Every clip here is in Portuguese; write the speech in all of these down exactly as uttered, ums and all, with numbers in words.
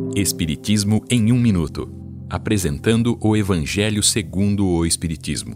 Espiritismo em um minuto. Apresentando o Evangelho segundo o Espiritismo.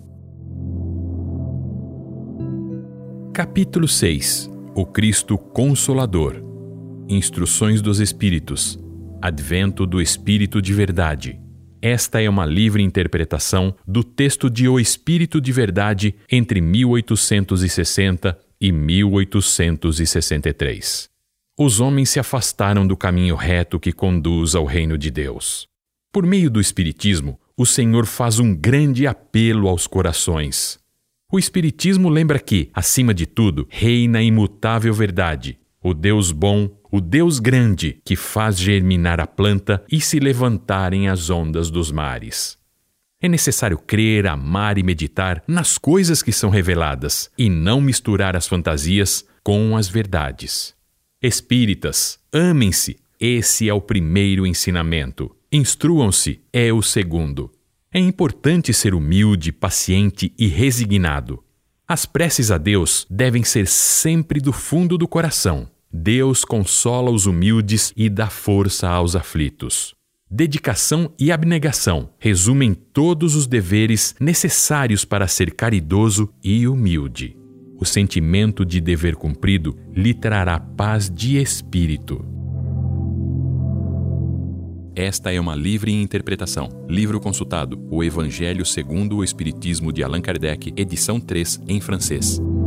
Capítulo seis. O Cristo Consolador. Instruções dos Espíritos. Advento do Espírito de Verdade. Esta é uma livre interpretação do texto de O Espírito de Verdade entre mil oitocentos e sessenta e mil oitocentos e sessenta e três. Os homens se afastaram do caminho reto que conduz ao reino de Deus. Por meio do Espiritismo, o Senhor faz um grande apelo aos corações. O Espiritismo lembra que, acima de tudo, reina a imutável verdade, o Deus bom, o Deus grande, que faz germinar a planta e se levantarem as ondas dos mares. É necessário crer, amar e meditar nas coisas que são reveladas e não misturar as fantasias com as verdades. Espíritas, amem-se, esse é o primeiro ensinamento. Instruam-se, é o segundo. É importante ser humilde, paciente e resignado. As preces a Deus devem ser sempre do fundo do coração. Deus consola os humildes e dá força aos aflitos. Dedicação e abnegação resumem todos os deveres necessários para ser caridoso e humilde. O sentimento de dever cumprido lhe trará paz de espírito. Esta é uma livre interpretação. Livro consultado: O Evangelho segundo o Espiritismo de Allan Kardec, edição três, em francês.